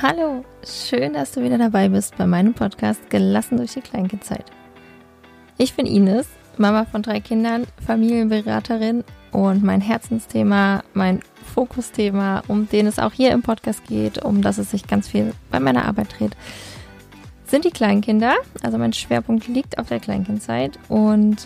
Hallo, schön, dass du wieder dabei bist bei meinem Podcast Gelassen durch die Kleinkindzeit. Ich bin Ines, Mama von 3 Kindern, Familienberaterin und mein Herzensthema, mein Fokusthema, um den es auch hier im Podcast geht, um das es sich ganz viel bei meiner Arbeit dreht, sind die Kleinkinder. Also mein Schwerpunkt liegt auf der Kleinkindzeit und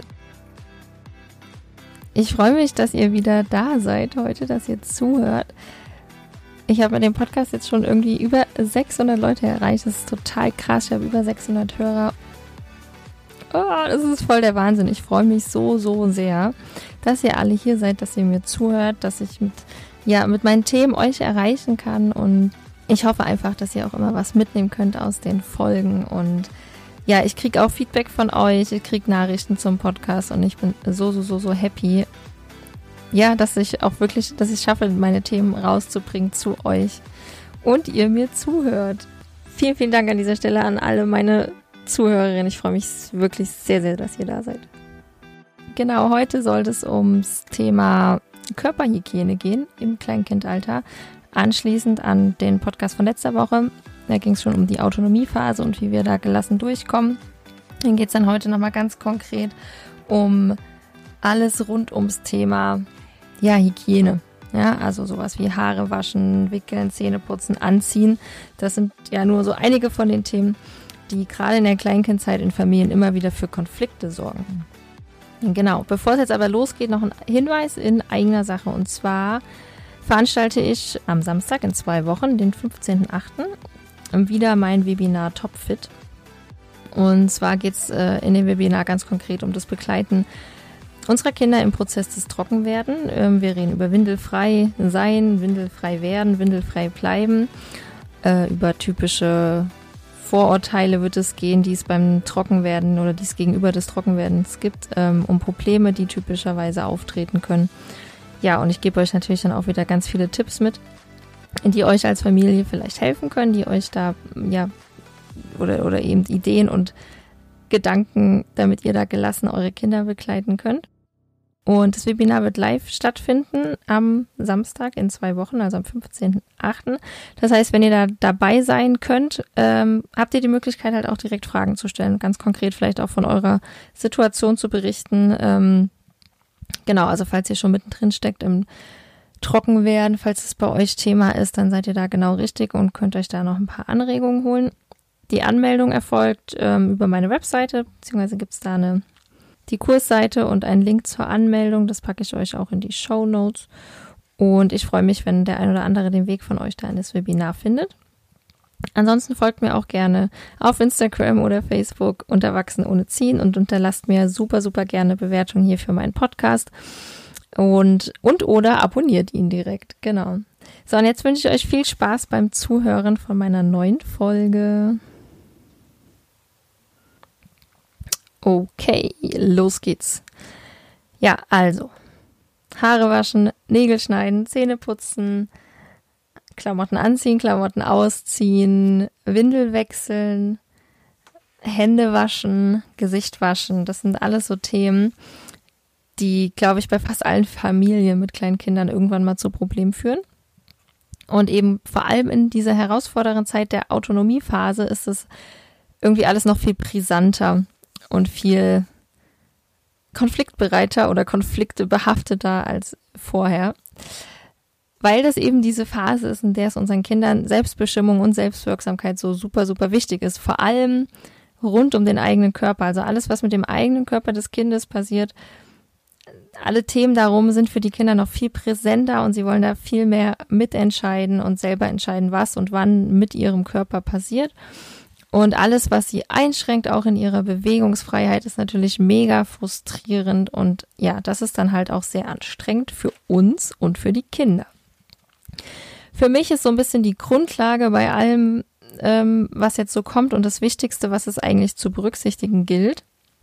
ich freue mich, dass ihr wieder da seid heute, dass ihr zuhört. Ich habe mit dem Podcast jetzt schon irgendwie über 600 Leute erreicht. Das ist total krass. Ich habe über 600 Hörer. Oh, das ist voll der Wahnsinn. Ich freue mich so sehr, dass ihr alle hier seid, dass ihr mir zuhört, dass ich mit meinen Themen euch erreichen kann. Und ich hoffe einfach, dass ihr auch immer was mitnehmen könnt aus den Folgen. Und ja, ich kriege auch Feedback von euch. Ich kriege Nachrichten zum Podcast und ich bin so happy. Ja, dass ich schaffe, meine Themen rauszubringen zu euch und ihr mir zuhört. Vielen Dank an dieser Stelle an alle meine Zuhörerinnen. Ich freue mich wirklich sehr, dass ihr da seid. Genau, heute soll es ums Thema Körperhygiene gehen im Kleinkindalter. Anschließend an den Podcast von letzter Woche. Da ging es schon um die Autonomiephase und wie wir da gelassen durchkommen. Dann geht es dann heute nochmal ganz konkret um alles rund ums Thema Hygiene. Ja, also sowas wie Haare waschen, wickeln, Zähne putzen, anziehen. Das sind ja nur so einige von den Themen, die gerade in der Kleinkindzeit in Familien immer wieder für Konflikte sorgen. Genau, bevor es jetzt aber losgeht, noch ein Hinweis in eigener Sache. Und zwar veranstalte ich am Samstag in 2 Wochen, den 15.08., wieder mein Webinar Topfit. Und zwar geht es in dem Webinar ganz konkret um das Begleiten unserer Kinder im Prozess des Trockenwerden. Wir reden über windelfrei sein, windelfrei werden, windelfrei bleiben. Über typische Vorurteile wird es gehen, die es beim Trockenwerden oder die es gegenüber des Trockenwerdens gibt, um Probleme, die typischerweise auftreten können. Ja, und ich gebe euch natürlich dann auch wieder ganz viele Tipps mit, die euch als Familie vielleicht helfen können, die euch da, oder eben Ideen und Gedanken, damit ihr da gelassen eure Kinder begleiten könnt. Und das Webinar wird live stattfinden am Samstag in 2 Wochen, also am 15.08. Das heißt, wenn ihr da dabei sein könnt, habt ihr die Möglichkeit halt auch direkt Fragen zu stellen, ganz konkret vielleicht auch von eurer Situation zu berichten. Genau, also falls ihr schon mittendrin steckt im Trockenwerden, falls es bei euch Thema ist, dann seid ihr da genau richtig und könnt euch da noch ein paar Anregungen holen. Die Anmeldung erfolgt über meine Webseite, beziehungsweise gibt es da die Kursseite und einen Link zur Anmeldung. Das packe ich euch auch in die Shownotes. Und ich freue mich, wenn der ein oder andere den Weg von euch da in das Webinar findet. Ansonsten folgt mir auch gerne auf Instagram oder Facebook unter Wachsen ohne Ziehen und unterlasst mir super gerne Bewertungen hier für meinen Podcast und oder abonniert ihn direkt. Genau. So, und jetzt wünsche ich euch viel Spaß beim Zuhören von meiner neuen Folge. Okay, los geht's. Ja, also, Haare waschen, Nägel schneiden, Zähne putzen, Klamotten anziehen, Klamotten ausziehen, Windel wechseln, Hände waschen, Gesicht waschen. Das sind alles so Themen, die, glaube ich, bei fast allen Familien mit kleinen Kindern irgendwann mal zu Problemen führen. Und eben vor allem in dieser herausfordernden Zeit der Autonomiephase ist es irgendwie alles noch viel brisanter und viel konfliktbereiter oder konfliktebehafteter als vorher, weil das eben diese Phase ist, in der es unseren Kindern Selbstbestimmung und Selbstwirksamkeit so super wichtig ist, vor allem rund um den eigenen Körper, also alles, was mit dem eigenen Körper des Kindes passiert. Alle Themen darum sind für die Kinder noch viel präsenter und sie wollen da viel mehr mitentscheiden und selber entscheiden, was und wann mit ihrem Körper passiert. Und alles, was sie einschränkt, auch in ihrer Bewegungsfreiheit, ist natürlich mega frustrierend und ja, das ist dann halt auch sehr anstrengend für uns und für die Kinder. Für mich ist so ein bisschen die Grundlage bei allem, was jetzt so kommt und das Wichtigste, was es eigentlich zu berücksichtigen gilt,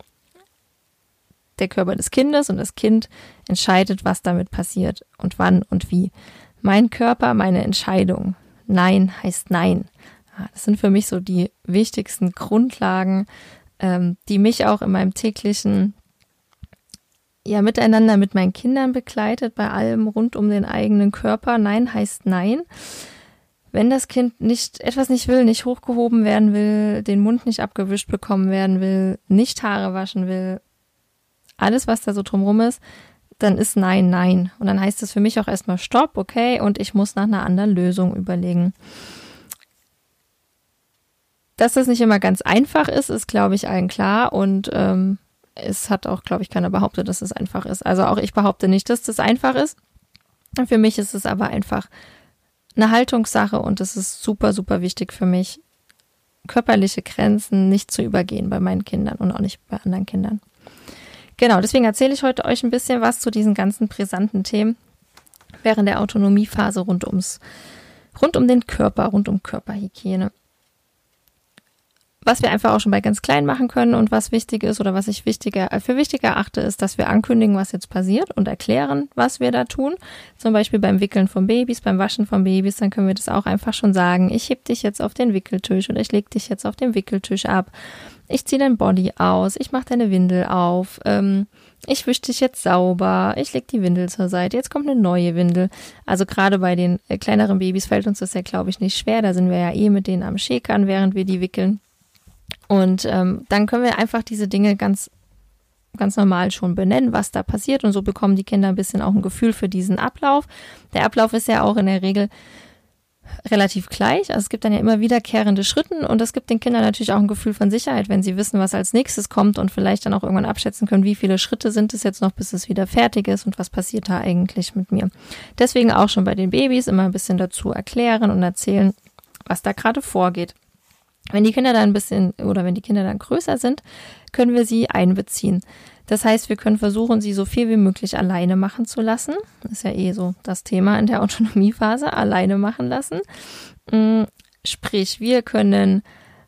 der Körper des Kindes und das Kind entscheidet, was damit passiert und wann und wie. Mein Körper, meine Entscheidung. Nein heißt Nein. Das sind für mich so die wichtigsten Grundlagen, die mich auch in meinem täglichen Miteinander mit meinen Kindern begleitet, bei allem rund um den eigenen Körper. Nein heißt Nein. Wenn das Kind etwas nicht will, nicht hochgehoben werden will, den Mund nicht abgewischt bekommen werden will, nicht Haare waschen will, alles, was da so drumherum ist, dann ist Nein, Nein. Und dann heißt es für mich auch erstmal Stopp, okay, und ich muss nach einer anderen Lösung überlegen. Dass das nicht immer ganz einfach ist, glaube ich, allen klar. Und es hat auch, glaube ich, keiner behauptet, dass es einfach ist. Also auch ich behaupte nicht, dass das einfach ist. Für mich ist es aber einfach eine Haltungssache und es ist super, super wichtig für mich, körperliche Grenzen nicht zu übergehen bei meinen Kindern und auch nicht bei anderen Kindern. Genau, deswegen erzähle ich heute euch ein bisschen was zu diesen ganzen brisanten Themen während der Autonomiephase rund um den Körper, rund um Körperhygiene. Was wir einfach auch schon bei ganz klein machen können und was wichtig ist oder was ich für wichtiger erachte, ist, dass wir ankündigen, was jetzt passiert und erklären, was wir da tun. Zum Beispiel beim Wickeln von Babys, beim Waschen von Babys, dann können wir das auch einfach schon sagen. Ich heb dich jetzt auf den Wickeltisch oder ich leg dich jetzt auf den Wickeltisch ab. Ich ziehe dein Body aus, ich mache deine Windel auf, ich wische dich jetzt sauber, ich leg die Windel zur Seite, jetzt kommt eine neue Windel. Also gerade bei den kleineren Babys fällt uns das ja, glaube ich, nicht schwer. Da sind wir ja mit denen am Schäkern, während wir die wickeln. Und dann können wir einfach diese Dinge ganz, ganz normal schon benennen, was da passiert. Und so bekommen die Kinder ein bisschen auch ein Gefühl für diesen Ablauf. Der Ablauf ist ja auch in der Regel relativ gleich. Also es gibt dann ja immer wiederkehrende Schritte und das gibt den Kindern natürlich auch ein Gefühl von Sicherheit, wenn sie wissen, was als nächstes kommt und vielleicht dann auch irgendwann abschätzen können, wie viele Schritte sind es jetzt noch, bis es wieder fertig ist und was passiert da eigentlich mit mir. Deswegen auch schon bei den Babys immer ein bisschen dazu erklären und erzählen, was da gerade vorgeht. Wenn die Kinder dann wenn die Kinder dann größer sind, können wir sie einbeziehen. Das heißt, wir können versuchen, sie so viel wie möglich alleine machen zu lassen. Das ist ja so das Thema in der Autonomiephase, alleine machen lassen. Sprich, wir können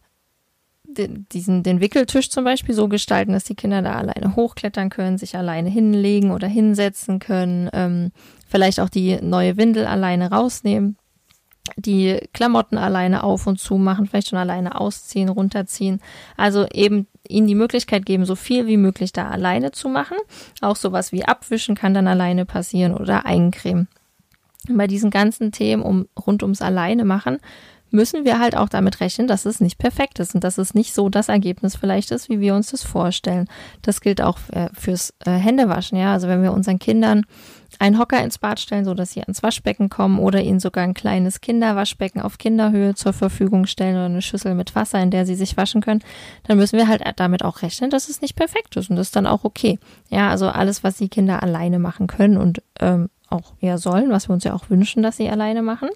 den Wickeltisch zum Beispiel so gestalten, dass die Kinder da alleine hochklettern können, sich alleine hinlegen oder hinsetzen können, vielleicht auch die neue Windel alleine rausnehmen, die Klamotten alleine auf und zu machen, vielleicht schon alleine ausziehen, runterziehen. Also eben ihnen die Möglichkeit geben, so viel wie möglich da alleine zu machen. Auch sowas wie Abwischen kann dann alleine passieren oder eincremen. Und bei diesen ganzen Themen rund ums Alleine machen, müssen wir halt auch damit rechnen, dass es nicht perfekt ist und dass es nicht so das Ergebnis vielleicht ist, wie wir uns das vorstellen. Das gilt auch fürs Händewaschen, ja. Also wenn wir unseren Kindern einen Hocker ins Bad stellen, so dass sie ans Waschbecken kommen oder ihnen sogar ein kleines Kinderwaschbecken auf Kinderhöhe zur Verfügung stellen oder eine Schüssel mit Wasser, in der sie sich waschen können, dann müssen wir halt damit auch rechnen, dass es nicht perfekt ist und das ist dann auch okay. Ja, also alles, was die Kinder alleine machen können und auch eher sollen, was wir uns ja auch wünschen, dass sie alleine machen,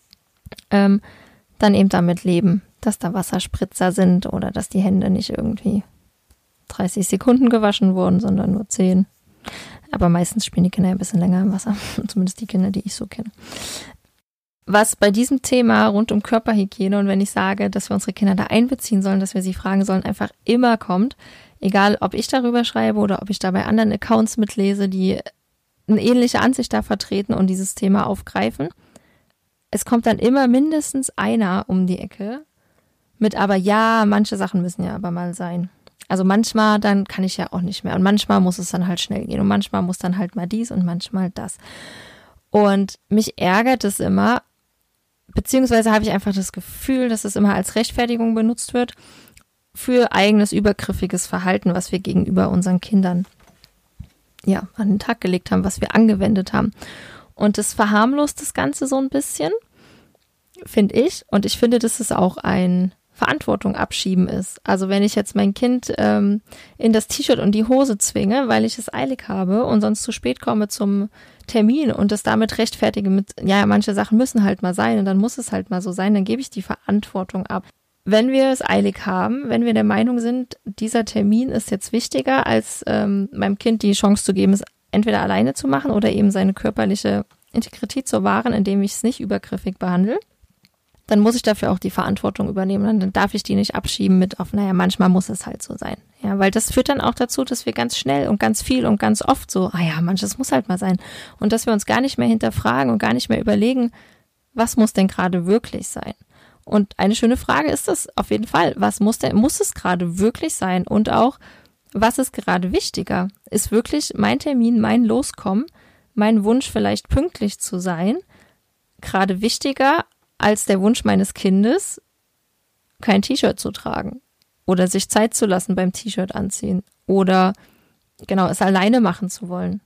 dann eben damit leben, dass da Wasserspritzer sind oder dass die Hände nicht irgendwie 30 Sekunden gewaschen wurden, sondern nur 10. Aber meistens spielen die Kinder ein bisschen länger im Wasser, zumindest die Kinder, die ich so kenne. Was bei diesem Thema rund um Körperhygiene und wenn ich sage, dass wir unsere Kinder da einbeziehen sollen, dass wir sie fragen sollen, einfach immer kommt, egal ob ich darüber schreibe oder ob ich da bei anderen Accounts mitlese, die eine ähnliche Ansicht da vertreten und dieses Thema aufgreifen, es kommt dann immer mindestens einer um die Ecke mit, aber ja, manche Sachen müssen ja aber mal sein. Also manchmal, dann kann ich ja auch nicht mehr und manchmal muss es dann halt schnell gehen und manchmal muss dann halt mal dies und manchmal das. Und mich ärgert es immer, beziehungsweise habe ich einfach das Gefühl, dass es immer als Rechtfertigung benutzt wird für eigenes übergriffiges Verhalten, was wir gegenüber unseren Kindern an den Tag gelegt haben, was wir angewendet haben. Und das verharmlost das Ganze so ein bisschen, finde ich. Und ich finde, dass es auch ein Verantwortung abschieben ist. Also wenn ich jetzt mein Kind in das T-Shirt und die Hose zwinge, weil ich es eilig habe und sonst zu spät komme zum Termin und das damit rechtfertige mit, manche Sachen müssen halt mal sein und dann muss es halt mal so sein, dann gebe ich die Verantwortung ab. Wenn wir es eilig haben, wenn wir der Meinung sind, dieser Termin ist jetzt wichtiger, als meinem Kind die Chance zu geben, es entweder alleine zu machen oder eben seine körperliche Integrität zu wahren, indem ich es nicht übergriffig behandle, dann muss ich dafür auch die Verantwortung übernehmen. Dann darf ich die nicht abschieben mit auf, manchmal muss es halt so sein. Ja, weil das führt dann auch dazu, dass wir ganz schnell und ganz viel und ganz oft so, manches muss halt mal sein. Und dass wir uns gar nicht mehr hinterfragen und gar nicht mehr überlegen, was muss denn gerade wirklich sein? Und eine schöne Frage ist das auf jeden Fall. Was muss es gerade wirklich sein? Und auch, was ist gerade wichtiger? Ist wirklich mein Termin, mein Loskommen, mein Wunsch vielleicht pünktlich zu sein, gerade wichtiger als der Wunsch meines Kindes, kein T-Shirt zu tragen oder sich Zeit zu lassen beim T-Shirt anziehen oder genau es alleine machen zu wollen.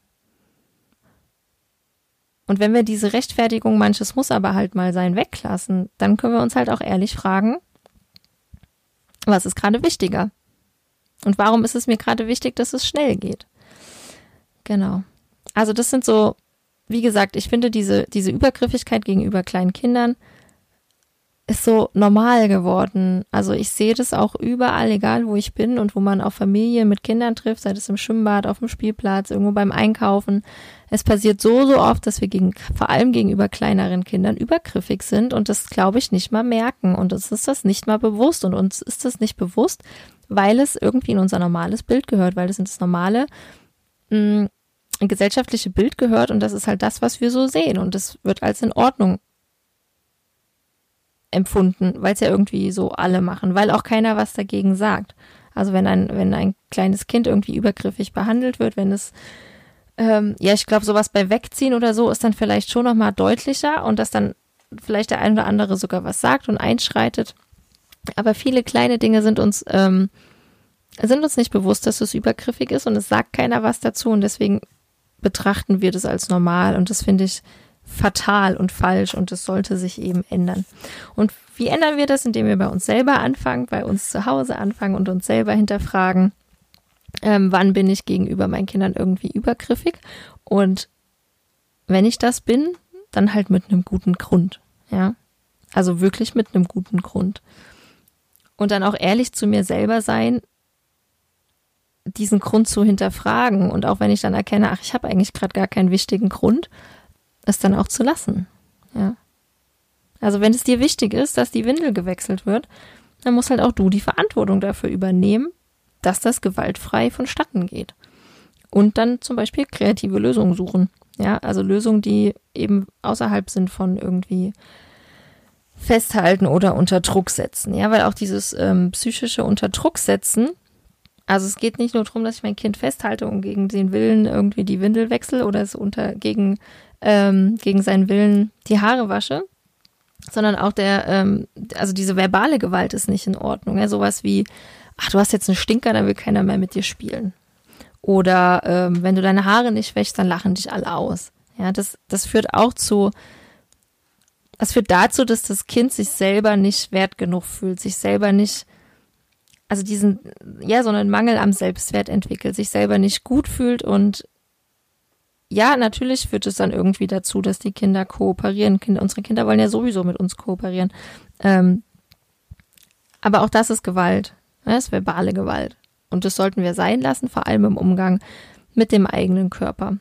Und wenn wir diese Rechtfertigung, manches muss aber halt mal sein, weglassen, dann können wir uns halt auch ehrlich fragen, was ist gerade wichtiger? Und warum ist es mir gerade wichtig, dass es schnell geht? Genau. Also das sind so, wie gesagt, ich finde diese Übergriffigkeit gegenüber kleinen Kindern ist so normal geworden. Also ich sehe das auch überall, egal wo ich bin und wo man auch Familien mit Kindern trifft, sei es im Schwimmbad, auf dem Spielplatz, irgendwo beim Einkaufen. Es passiert so oft, dass wir vor allem gegenüber kleineren Kindern übergriffig sind und das, glaube ich, nicht mal merken. Und uns ist das nicht mal bewusst und uns ist das nicht bewusst, weil es irgendwie in unser normales Bild gehört, weil es in das normale gesellschaftliche Bild gehört und das ist halt das, was wir so sehen und das wird als in Ordnung empfunden, weil es ja irgendwie so alle machen, weil auch keiner was dagegen sagt. Also wenn ein kleines Kind irgendwie übergriffig behandelt wird, wenn es ich glaube, sowas bei Wegziehen oder so ist dann vielleicht schon nochmal deutlicher und dass dann vielleicht der ein oder andere sogar was sagt und einschreitet. Aber viele kleine Dinge sind uns nicht bewusst, dass es übergriffig ist und es sagt keiner was dazu und deswegen betrachten wir das als normal und das finde ich fatal und falsch und das sollte sich eben ändern. Und wie ändern wir das? Indem wir bei uns selber anfangen, bei uns zu Hause anfangen und uns selber hinterfragen, wann bin ich gegenüber meinen Kindern irgendwie übergriffig und wenn ich das bin, dann halt mit einem guten Grund, ja, also wirklich mit einem guten Grund und dann auch ehrlich zu mir selber sein, diesen Grund zu hinterfragen und auch wenn ich dann erkenne, ich habe eigentlich gerade gar keinen wichtigen Grund, es dann auch zu lassen, ja. Also wenn es dir wichtig ist, dass die Windel gewechselt wird, dann musst halt auch du die Verantwortung dafür übernehmen, dass das gewaltfrei vonstatten geht. Und dann zum Beispiel kreative Lösungen suchen, ja, also Lösungen, die eben außerhalb sind von irgendwie festhalten oder unter Druck setzen, ja, weil auch dieses psychische Unterdruck-Setzen, also es geht nicht nur darum, dass ich mein Kind festhalte und gegen den Willen irgendwie die Windel wechsle oder es gegen seinen Willen die Haare wasche, sondern auch also diese verbale Gewalt ist nicht in Ordnung. Ja? Sowas wie, du hast jetzt einen Stinker, dann will keiner mehr mit dir spielen. Oder wenn du deine Haare nicht wäschst, dann lachen dich alle aus. Ja, das führt auch dazu, dass das Kind sich selber nicht wert genug fühlt, sich selber nicht, also so einen Mangel am Selbstwert entwickelt, sich selber nicht gut fühlt und ja, natürlich führt es dann irgendwie dazu, dass die Kinder kooperieren. Unsere Kinder wollen ja sowieso mit uns kooperieren. Aber auch das ist Gewalt. Das ist verbale Gewalt. Und das sollten wir sein lassen, vor allem im Umgang mit dem eigenen Körper.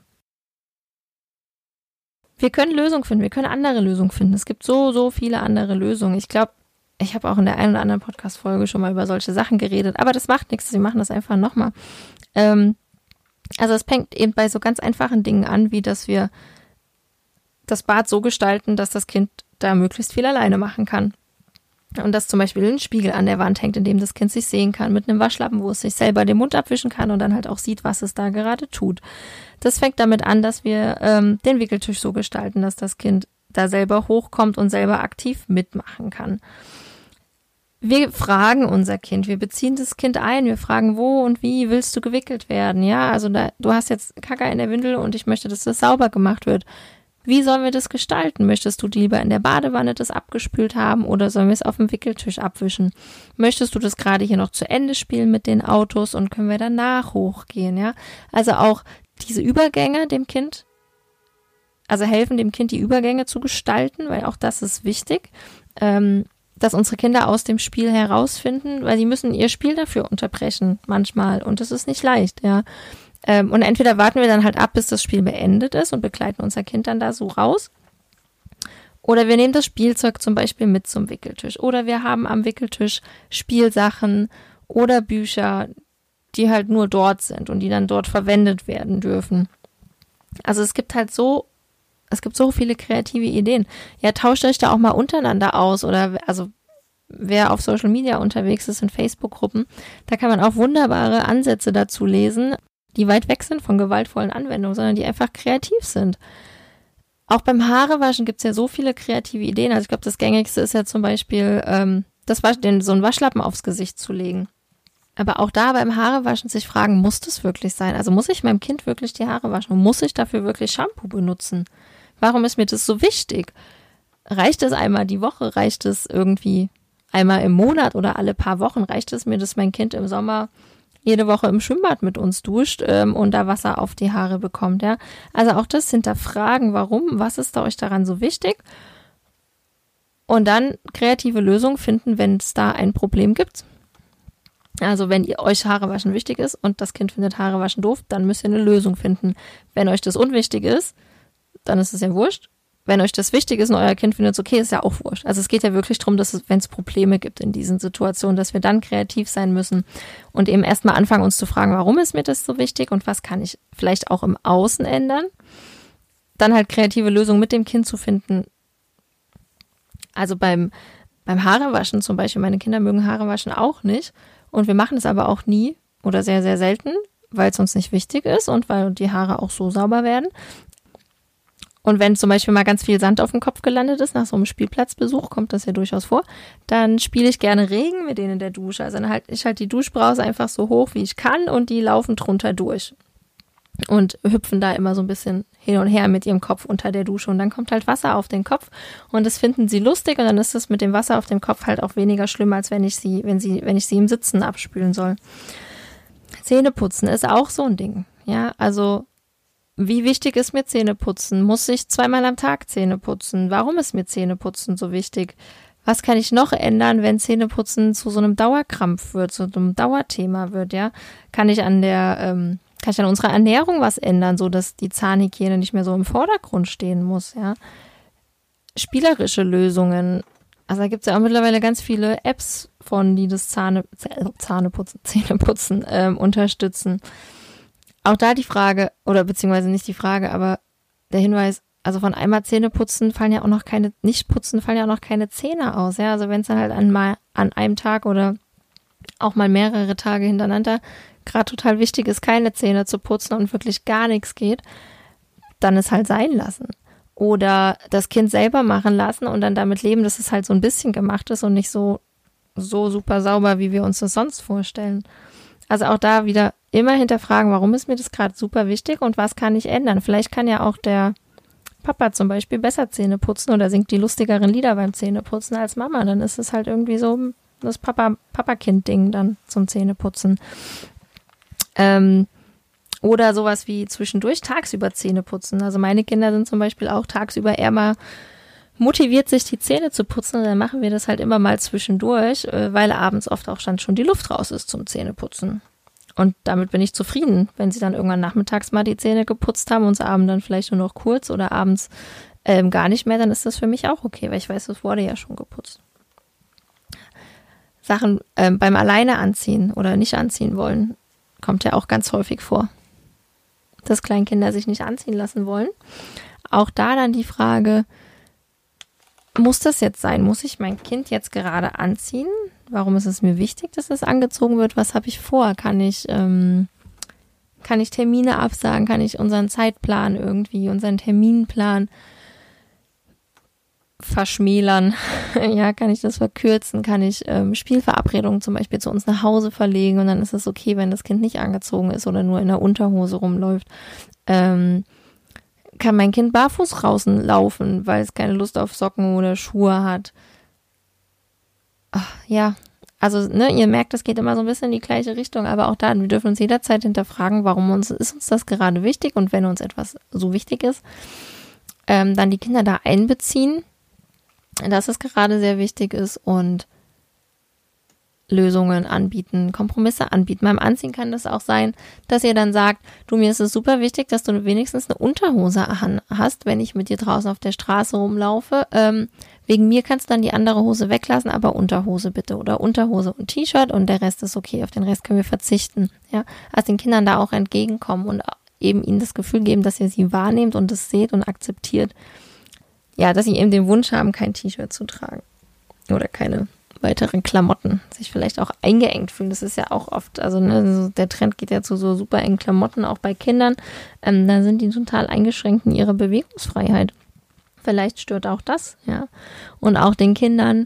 Wir können Lösungen finden, wir können andere Lösungen finden. Es gibt so viele andere Lösungen. Ich glaube, ich habe auch in der einen oder anderen Podcast-Folge schon mal über solche Sachen geredet, aber das macht nichts, sie machen das einfach nochmal. Also es fängt eben bei so ganz einfachen Dingen an, wie dass wir das Bad so gestalten, dass das Kind da möglichst viel alleine machen kann. Und dass zum Beispiel ein Spiegel an der Wand hängt, in dem das Kind sich sehen kann, mit einem Waschlappen, wo es sich selber den Mund abwischen kann und dann halt auch sieht, was es da gerade tut. Das fängt damit an, dass wir den Wickeltisch so gestalten, dass das Kind da selber hochkommt und selber aktiv mitmachen kann. Wir fragen unser Kind, wir beziehen das Kind ein, wir fragen, wo und wie willst du gewickelt werden? Ja, also du hast jetzt Kacke in der Windel und ich möchte, dass das sauber gemacht wird. Wie sollen wir das gestalten? Möchtest du lieber in der Badewanne das abgespült haben oder sollen wir es auf dem Wickeltisch abwischen? Möchtest du das gerade hier noch zu Ende spielen mit den Autos und können wir danach hochgehen? Ja, also auch diese Übergänge dem Kind, also helfen dem Kind die Übergänge zu gestalten, weil auch das ist wichtig. Dass unsere Kinder aus dem Spiel herausfinden, weil sie müssen ihr Spiel dafür unterbrechen manchmal und das ist nicht leicht, ja. Und entweder warten wir dann halt ab, bis das Spiel beendet ist und begleiten unser Kind dann da so raus oder wir nehmen das Spielzeug zum Beispiel mit zum Wickeltisch oder wir haben am Wickeltisch Spielsachen oder Bücher, die halt nur dort sind und die dann dort verwendet werden dürfen. Also es gibt so viele kreative Ideen. Ja, tauscht euch da auch mal untereinander aus oder also wer auf Social Media unterwegs ist in Facebook-Gruppen, da kann man auch wunderbare Ansätze dazu lesen, die weit weg sind von gewaltvollen Anwendungen, sondern die einfach kreativ sind. Auch beim Haarewaschen gibt es ja so viele kreative Ideen. Also ich glaube, das Gängigste ist ja zum Beispiel, so einen Waschlappen aufs Gesicht zu legen. Aber auch da beim Haarewaschen sich fragen, muss das wirklich sein? Also muss ich meinem Kind wirklich die Haare waschen? Und muss ich dafür wirklich Shampoo benutzen? Warum ist mir das so wichtig? Reicht es einmal die Woche? Reicht es irgendwie einmal im Monat oder alle paar Wochen? Reicht es mir, dass mein Kind im Sommer jede Woche im Schwimmbad mit uns duscht und da Wasser auf die Haare bekommt? Ja? Also auch das hinterfragen, warum, was ist da euch daran so wichtig? Und dann kreative Lösungen finden, wenn es da ein Problem gibt. Also wenn ihr euch Haarewaschen wichtig ist und das Kind findet Haarewaschen doof, dann müsst ihr eine Lösung finden. Wenn euch das unwichtig ist, dann ist es ja wurscht. Wenn euch das wichtig ist und euer Kind findet es okay, ist ja auch wurscht. Also es geht ja wirklich darum, dass wenn es Probleme gibt in diesen Situationen, dass wir dann kreativ sein müssen und eben erstmal anfangen, uns zu fragen, warum ist mir das so wichtig und was kann ich vielleicht auch im Außen ändern. Dann halt kreative Lösungen mit dem Kind zu finden. Also beim Haarewaschen zum Beispiel, meine Kinder mögen Haarewaschen auch nicht und wir machen es aber auch nie oder sehr, sehr selten, weil es uns nicht wichtig ist und weil die Haare auch so sauber werden. Und wenn zum Beispiel mal ganz viel Sand auf dem Kopf gelandet ist, nach so einem Spielplatzbesuch, kommt das ja durchaus vor, dann spiele ich gerne Regen mit denen in der Dusche. Also dann ich halt die Duschbrause einfach so hoch, wie ich kann und die laufen drunter durch und hüpfen da immer so ein bisschen hin und her mit ihrem Kopf unter der Dusche. Und dann kommt halt Wasser auf den Kopf und das finden sie lustig und dann ist es mit dem Wasser auf dem Kopf halt auch weniger schlimm, als wenn ich sie im Sitzen abspülen soll. Zähneputzen ist auch so ein Ding. Ja, also wie wichtig ist mir Zähneputzen? Muss ich 2-mal am Tag Zähne putzen? Warum ist mir Zähneputzen so wichtig? Was kann ich noch ändern, wenn Zähneputzen zu so einem Dauerkrampf wird, zu einem Dauerthema wird, ja? Kann ich an unserer Ernährung was ändern, so dass die Zahnhygiene nicht mehr so im Vordergrund stehen muss, ja? Spielerische Lösungen. Also da gibt es ja auch mittlerweile ganz viele Apps von, die das Zähneputzen unterstützen. Auch da die Frage, oder beziehungsweise nicht die Frage, aber der Hinweis, also von einmal Zähne putzen fallen ja auch noch keine Zähne aus, ja, also wenn es dann halt an einem Tag oder auch mal mehrere Tage hintereinander gerade total wichtig ist, keine Zähne zu putzen und wirklich gar nichts geht, dann es halt sein lassen. Oder das Kind selber machen lassen und dann damit leben, dass es halt so ein bisschen gemacht ist und nicht so super sauber, wie wir uns das sonst vorstellen. Also auch da wieder immer hinterfragen, warum ist mir das gerade super wichtig und was kann ich ändern? Vielleicht kann ja auch der Papa zum Beispiel besser Zähne putzen oder singt die lustigeren Lieder beim Zähneputzen als Mama. Dann ist es halt irgendwie so das Papa-Kind-Ding dann zum Zähneputzen. Oder sowas wie zwischendurch tagsüber Zähne putzen. Also meine Kinder sind zum Beispiel auch tagsüber eher mal motiviert, sich die Zähne zu putzen. Und dann machen wir das halt immer mal zwischendurch, weil abends oft auch schon die Luft raus ist zum Zähneputzen. Und damit bin ich zufrieden, wenn sie dann irgendwann nachmittags mal die Zähne geputzt haben und es abends dann vielleicht nur noch kurz oder abends gar nicht mehr, dann ist das für mich auch okay, weil ich weiß, es wurde ja schon geputzt. Sachen beim Alleine anziehen oder nicht anziehen wollen, kommt ja auch ganz häufig vor, dass Kleinkinder sich nicht anziehen lassen wollen. Auch da dann die Frage, muss das jetzt sein? Muss ich mein Kind jetzt gerade anziehen? Warum ist es mir wichtig, dass es angezogen wird? Was habe ich vor? Kann ich Termine absagen? Kann ich unseren Zeitplan irgendwie, unseren Terminplan verschmälern? Ja, kann ich das verkürzen? Kann ich Spielverabredungen zum Beispiel zu uns nach Hause verlegen und dann ist es okay, wenn das Kind nicht angezogen ist oder nur in der Unterhose rumläuft? Kann mein Kind barfuß draußen laufen, weil es keine Lust auf Socken oder Schuhe hat? Ach, ja, also ihr merkt, das geht immer so ein bisschen in die gleiche Richtung, aber auch da, wir dürfen uns jederzeit hinterfragen, ist uns das gerade wichtig und wenn uns etwas so wichtig ist, dann die Kinder da einbeziehen, dass es gerade sehr wichtig ist und Lösungen anbieten, Kompromisse anbieten. Beim Anziehen kann das auch sein, dass ihr dann sagt, du, mir ist es super wichtig, dass du wenigstens eine Unterhose hast, wenn ich mit dir draußen auf der Straße rumlaufe. Wegen mir kannst du dann die andere Hose weglassen, aber Unterhose bitte oder Unterhose und T-Shirt und der Rest ist okay, auf den Rest können wir verzichten. Ja, also den Kindern da auch entgegenkommen und eben ihnen das Gefühl geben, dass ihr sie wahrnehmt und das seht und akzeptiert. Ja, dass sie eben den Wunsch haben, kein T-Shirt zu tragen oder keine weiteren Klamotten, sich vielleicht auch eingeengt fühlen. Das ist ja auch oft, also der Trend geht ja zu so super engen Klamotten, auch bei Kindern. Da sind die total eingeschränkt in ihrer Bewegungsfreiheit. Vielleicht stört auch das, ja. Und auch den Kindern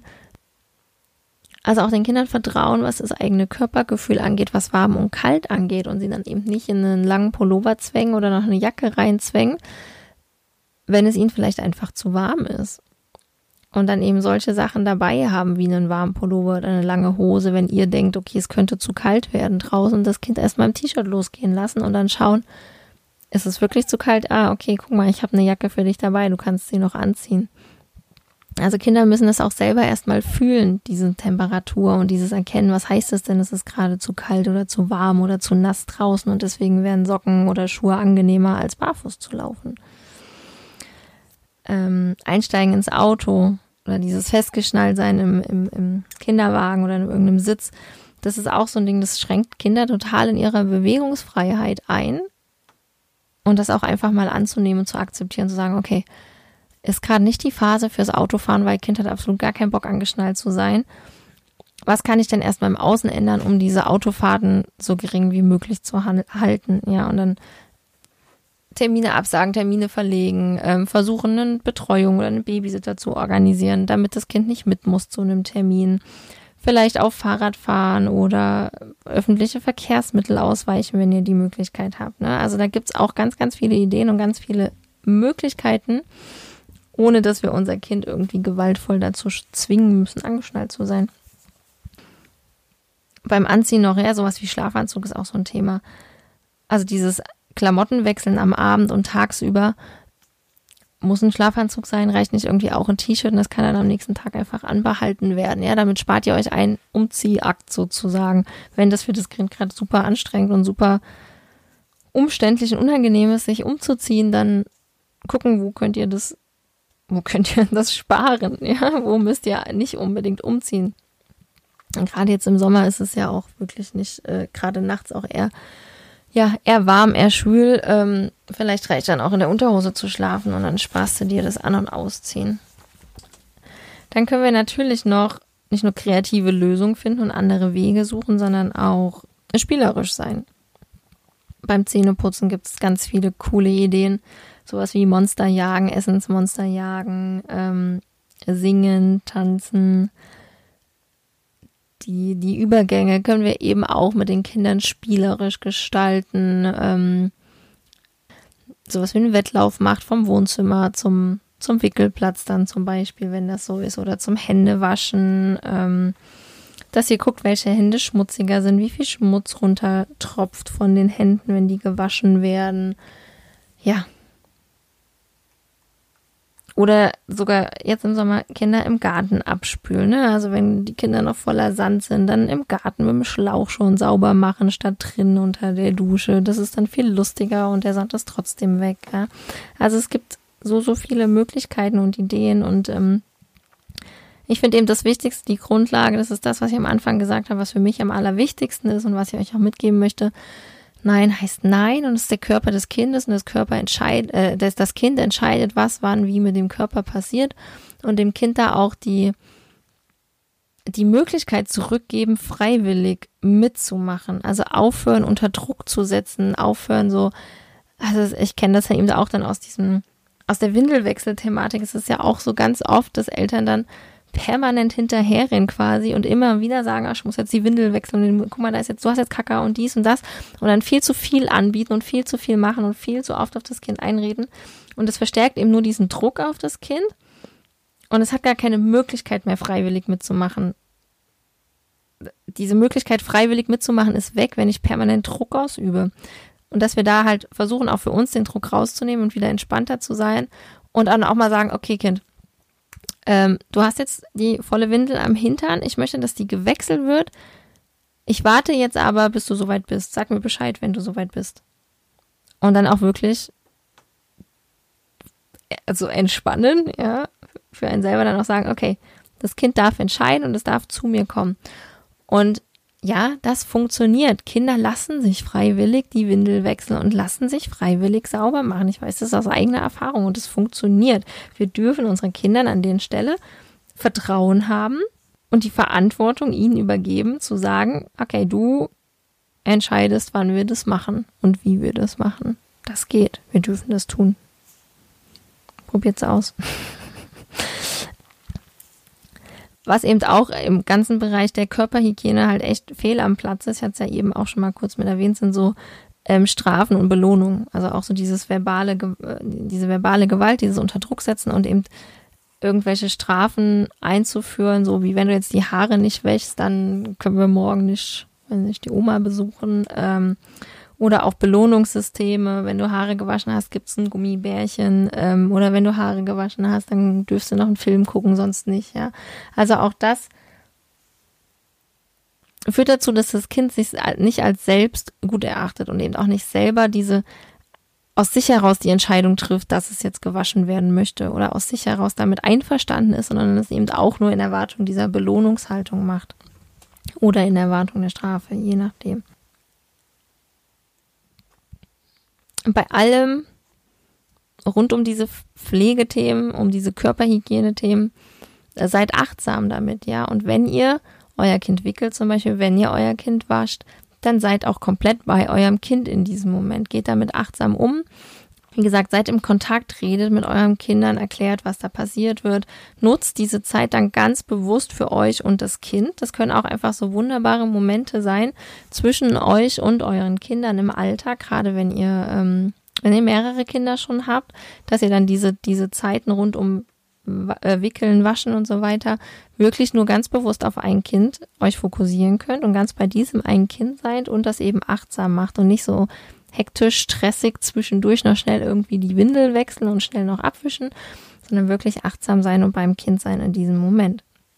vertrauen, was das eigene Körpergefühl angeht, was warm und kalt angeht und sie dann eben nicht in einen langen Pullover zwängen oder noch eine Jacke reinzwängen, wenn es ihnen vielleicht einfach zu warm ist. Und dann eben solche Sachen dabei haben, wie einen warmen Pullover oder eine lange Hose, wenn ihr denkt, okay, es könnte zu kalt werden draußen, das Kind erstmal im T-Shirt losgehen lassen und dann schauen, ist es wirklich zu kalt? Ah, okay, guck mal, ich habe eine Jacke für dich dabei, du kannst sie noch anziehen. Also Kinder müssen das auch selber erstmal fühlen, diese Temperatur und dieses Erkennen, was heißt es denn, ist es gerade zu kalt oder zu warm oder zu nass draußen und deswegen wären Socken oder Schuhe angenehmer, als barfuß zu laufen. Einsteigen ins Auto oder dieses Festgeschnalltsein im Kinderwagen oder in irgendeinem Sitz, das ist auch so ein Ding, das schränkt Kinder total in ihrer Bewegungsfreiheit ein und das auch einfach mal anzunehmen und zu akzeptieren, zu sagen, okay, ist gerade nicht die Phase fürs Autofahren, weil Kind hat absolut gar keinen Bock angeschnallt zu sein. Was kann ich denn erstmal im Außen ändern, um diese Autofahrten so gering wie möglich zu halten? Ja, und dann Termine absagen, Termine verlegen, versuchen eine Betreuung oder einen Babysitter zu organisieren, damit das Kind nicht mit muss zu einem Termin. Vielleicht auf Fahrrad fahren oder öffentliche Verkehrsmittel ausweichen, wenn ihr die Möglichkeit habt. Ne? Also da gibt's auch ganz, ganz viele Ideen und ganz viele Möglichkeiten, ohne dass wir unser Kind irgendwie gewaltvoll dazu zwingen müssen, angeschnallt zu sein. Beim Anziehen noch, ja, sowas wie Schlafanzug ist auch so ein Thema. Also dieses Klamottenwechseln am Abend und tagsüber muss ein Schlafanzug sein, reicht nicht irgendwie auch ein T-Shirt und das kann dann am nächsten Tag einfach anbehalten werden. Ja, damit spart ihr euch einen Umziehakt sozusagen, wenn das für das Kind gerade super anstrengend und super umständlich und unangenehm ist, sich umzuziehen, dann gucken, wo könnt ihr das sparen, ja, wo müsst ihr nicht unbedingt umziehen. Und gerade jetzt im Sommer ist es ja auch wirklich nicht, gerade nachts auch eher warm, eher schwül. Vielleicht reicht dann auch in der Unterhose zu schlafen und dann sparst du dir das An- und Ausziehen. Dann können wir natürlich noch nicht nur kreative Lösungen finden und andere Wege suchen, sondern auch spielerisch sein. Beim Zähneputzen gibt es ganz viele coole Ideen. Sowas wie Monster jagen, Essensmonster jagen, singen, tanzen. Die Übergänge können wir eben auch mit den Kindern spielerisch gestalten. Sowas wie einen Wettlauf macht vom Wohnzimmer zum Wickelplatz dann zum Beispiel, wenn das so ist, oder zum Händewaschen. Dass ihr guckt, welche Hände schmutziger sind, wie viel Schmutz runtertropft von den Händen, wenn die gewaschen werden. Ja. Oder sogar jetzt im Sommer Kinder im Garten abspülen. Ne? Also wenn die Kinder noch voller Sand sind, dann im Garten mit dem Schlauch schon sauber machen, statt drinnen unter der Dusche. Das ist dann viel lustiger und der Sand ist trotzdem weg. Ja? Also es gibt so viele Möglichkeiten und Ideen und ich finde eben das Wichtigste, die Grundlage, das ist das, was ich am Anfang gesagt habe, was für mich am allerwichtigsten ist und was ich euch auch mitgeben möchte. Nein heißt Nein und es ist der Körper des Kindes und das Kind entscheidet, was, wann, wie mit dem Körper passiert und dem Kind da auch die Möglichkeit zurückgeben, freiwillig mitzumachen. Also aufhören, unter Druck zu setzen, aufhören so, also ich kenne das ja eben auch dann aus der Windelwechsel-Thematik. Es ist ja auch so ganz oft, dass Eltern dann permanent hinterherrennen quasi und immer wieder sagen, ich muss jetzt die Windel wechseln, guck mal, du hast jetzt Kaka und dies und das und dann viel zu viel anbieten und viel zu viel machen und viel zu oft auf das Kind einreden und es verstärkt eben nur diesen Druck auf das Kind und es hat gar keine Möglichkeit mehr freiwillig mitzumachen. Diese Möglichkeit freiwillig mitzumachen ist weg, wenn ich permanent Druck ausübe und dass wir da halt versuchen, auch für uns den Druck rauszunehmen und wieder entspannter zu sein und dann auch mal sagen, okay Kind, du hast jetzt die volle Windel am Hintern. Ich möchte, dass die gewechselt wird. Ich warte jetzt aber, bis du soweit bist. Sag mir Bescheid, wenn du soweit bist. Und dann auch wirklich also entspannen, ja, für einen selber dann auch sagen, okay, das Kind darf entscheiden und es darf zu mir kommen. Und ja, das funktioniert. Kinder lassen sich freiwillig die Windel wechseln und lassen sich freiwillig sauber machen. Ich weiß das aus eigener Erfahrung und es funktioniert. Wir dürfen unseren Kindern an der Stelle Vertrauen haben und die Verantwortung ihnen übergeben, zu sagen, okay, du entscheidest, wann wir das machen und wie wir das machen. Das geht. Wir dürfen das tun. Probiert's aus. Was eben auch im ganzen Bereich der Körperhygiene halt echt fehl am Platz ist, ich hatte es ja eben auch schon mal kurz mit erwähnt, sind so Strafen und Belohnungen. Also auch so diese verbale Gewalt, dieses Unterdrucksetzen und eben irgendwelche Strafen einzuführen, so wie wenn du jetzt die Haare nicht wäschst, dann können wir morgen nicht, wenn nicht die Oma besuchen. Oder auch Belohnungssysteme, wenn du Haare gewaschen hast, gibt's ein Gummibärchen, oder wenn du Haare gewaschen hast, dann dürfst du noch einen Film gucken, sonst nicht, ja. Also auch das führt dazu, dass das Kind sich nicht als selbst gut erachtet und eben auch nicht selber aus sich heraus die Entscheidung trifft, dass es jetzt gewaschen werden möchte oder aus sich heraus damit einverstanden ist, sondern es eben auch nur in Erwartung dieser Belohnungshaltung macht oder in Erwartung der Strafe, je nachdem. Bei allem rund um diese Pflegethemen, um diese Körperhygienethemen, seid achtsam damit, ja. Und wenn ihr euer Kind wickelt zum Beispiel, wenn ihr euer Kind wascht, dann seid auch komplett bei eurem Kind in diesem Moment. Geht damit achtsam um. Wie gesagt, seid im Kontakt, redet mit euren Kindern, erklärt, was da passiert wird. Nutzt diese Zeit dann ganz bewusst für euch und das Kind. Das können auch einfach so wunderbare Momente sein zwischen euch und euren Kindern im Alltag, gerade wenn ihr mehrere Kinder schon habt, dass ihr dann diese Zeiten rund um Wickeln, Waschen und so weiter wirklich nur ganz bewusst auf ein Kind euch fokussieren könnt und ganz bei diesem einen Kind seid und das eben achtsam macht und nicht so hektisch, stressig zwischendurch noch schnell irgendwie die Windel wechseln und schnell noch abwischen, sondern wirklich achtsam sein und beim Kind sein in diesem Moment.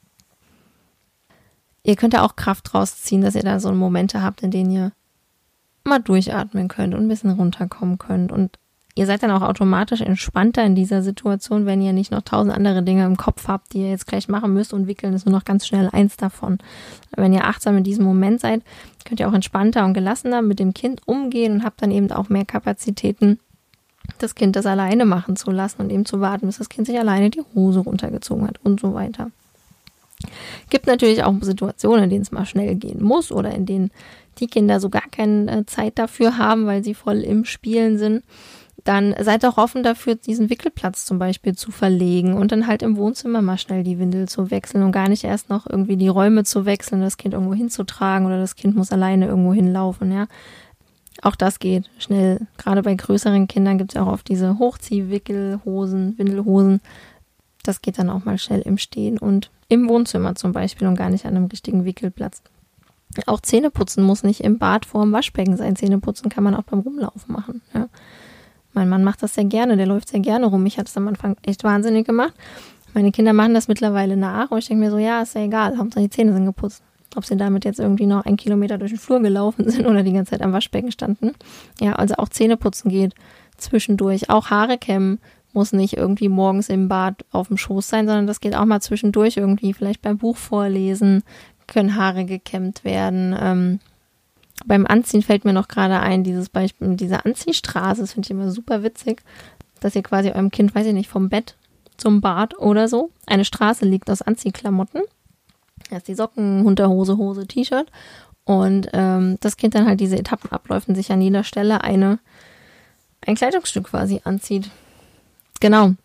Ihr könnt da auch Kraft rausziehen, dass ihr da so Momente habt, in denen ihr mal durchatmen könnt und ein bisschen runterkommen könnt und ihr seid dann auch automatisch entspannter in dieser Situation, wenn ihr nicht noch 1000 andere Dinge im Kopf habt, die ihr jetzt gleich machen müsst und wickeln ist nur noch ganz schnell eins davon. Wenn ihr achtsam in diesem Moment seid, könnt ihr auch entspannter und gelassener mit dem Kind umgehen und habt dann eben auch mehr Kapazitäten, das Kind das alleine machen zu lassen und eben zu warten, bis das Kind sich alleine die Hose runtergezogen hat und so weiter. Gibt natürlich auch Situationen, in denen es mal schnell gehen muss oder in denen die Kinder so gar keine Zeit dafür haben, weil sie voll im Spielen sind. Dann seid auch offen dafür, diesen Wickelplatz zum Beispiel zu verlegen und dann halt im Wohnzimmer mal schnell die Windel zu wechseln und gar nicht erst noch irgendwie die Räume zu wechseln, das Kind irgendwo hinzutragen oder das Kind muss alleine irgendwo hinlaufen, ja. Auch das geht schnell. Gerade bei größeren Kindern gibt es auch oft diese Hochziehwickelhosen, Windelhosen. Das geht dann auch mal schnell im Stehen und im Wohnzimmer zum Beispiel und gar nicht an einem richtigen Wickelplatz. Auch Zähneputzen muss nicht im Bad vorm Waschbecken sein. Zähneputzen kann man auch beim Rumlaufen machen, ja. Mein Mann macht das sehr gerne, der läuft sehr gerne rum. Mich hat es am Anfang echt wahnsinnig gemacht. Meine Kinder machen das mittlerweile nach und ich denke mir so, ja, ist ja egal, Hauptsache die Zähne sind geputzt. Ob sie damit jetzt irgendwie noch 1 Kilometer durch den Flur gelaufen sind oder die ganze Zeit am Waschbecken standen. Ja, also auch Zähneputzen geht zwischendurch. Auch Haare kämmen muss nicht irgendwie morgens im Bad auf dem Schoß sein, sondern das geht auch mal zwischendurch irgendwie. Vielleicht beim Buch vorlesen können Haare gekämmt werden. Beim Anziehen fällt mir noch gerade ein, dieses Beispiel mit dieser Anziehstraße, das finde ich immer super witzig, dass ihr quasi eurem Kind, weiß ich nicht, vom Bett zum Bad oder so, eine Straße liegt aus Anziehklamotten. Da ist die Socken, Unterhose, Hose, T-Shirt und das Kind dann halt diese Etappen abläuft und sich an jeder Stelle ein Kleidungsstück quasi anzieht. Genau.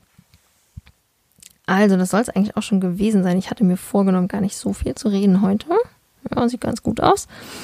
Also, das soll es eigentlich auch schon gewesen sein. Ich hatte mir vorgenommen, gar nicht so viel zu reden heute. Ja, sieht ganz gut aus.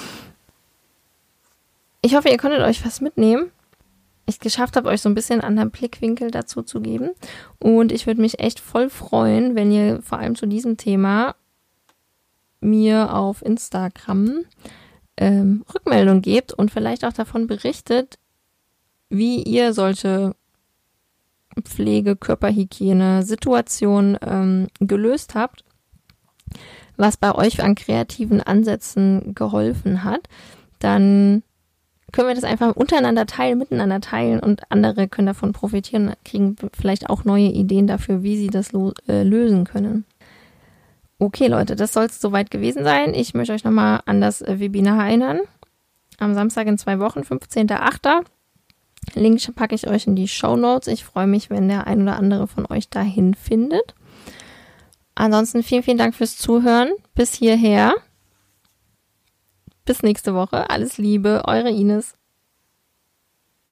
Ich hoffe, ihr konntet euch was mitnehmen. Ich geschafft habe, euch so ein bisschen einen anderen Blickwinkel dazu zu geben. Und ich würde mich echt voll freuen, wenn ihr vor allem zu diesem Thema mir auf Instagram Rückmeldung gebt und vielleicht auch davon berichtet, wie ihr solche Pflege, Körperhygiene, Situationen gelöst habt, was bei euch an kreativen Ansätzen geholfen hat. Dann können wir das einfach untereinander teilen, miteinander teilen und andere können davon profitieren, kriegen vielleicht auch neue Ideen dafür, wie sie das lösen können. Okay, Leute, das soll es soweit gewesen sein. Ich möchte euch nochmal an das Webinar erinnern. Am Samstag in 2 Wochen, 15.08. Link packe ich euch in die Shownotes. Ich freue mich, wenn der ein oder andere von euch dahin findet. Ansonsten vielen, vielen Dank fürs Zuhören. Bis hierher. Bis nächste Woche. Alles Liebe, eure Ines.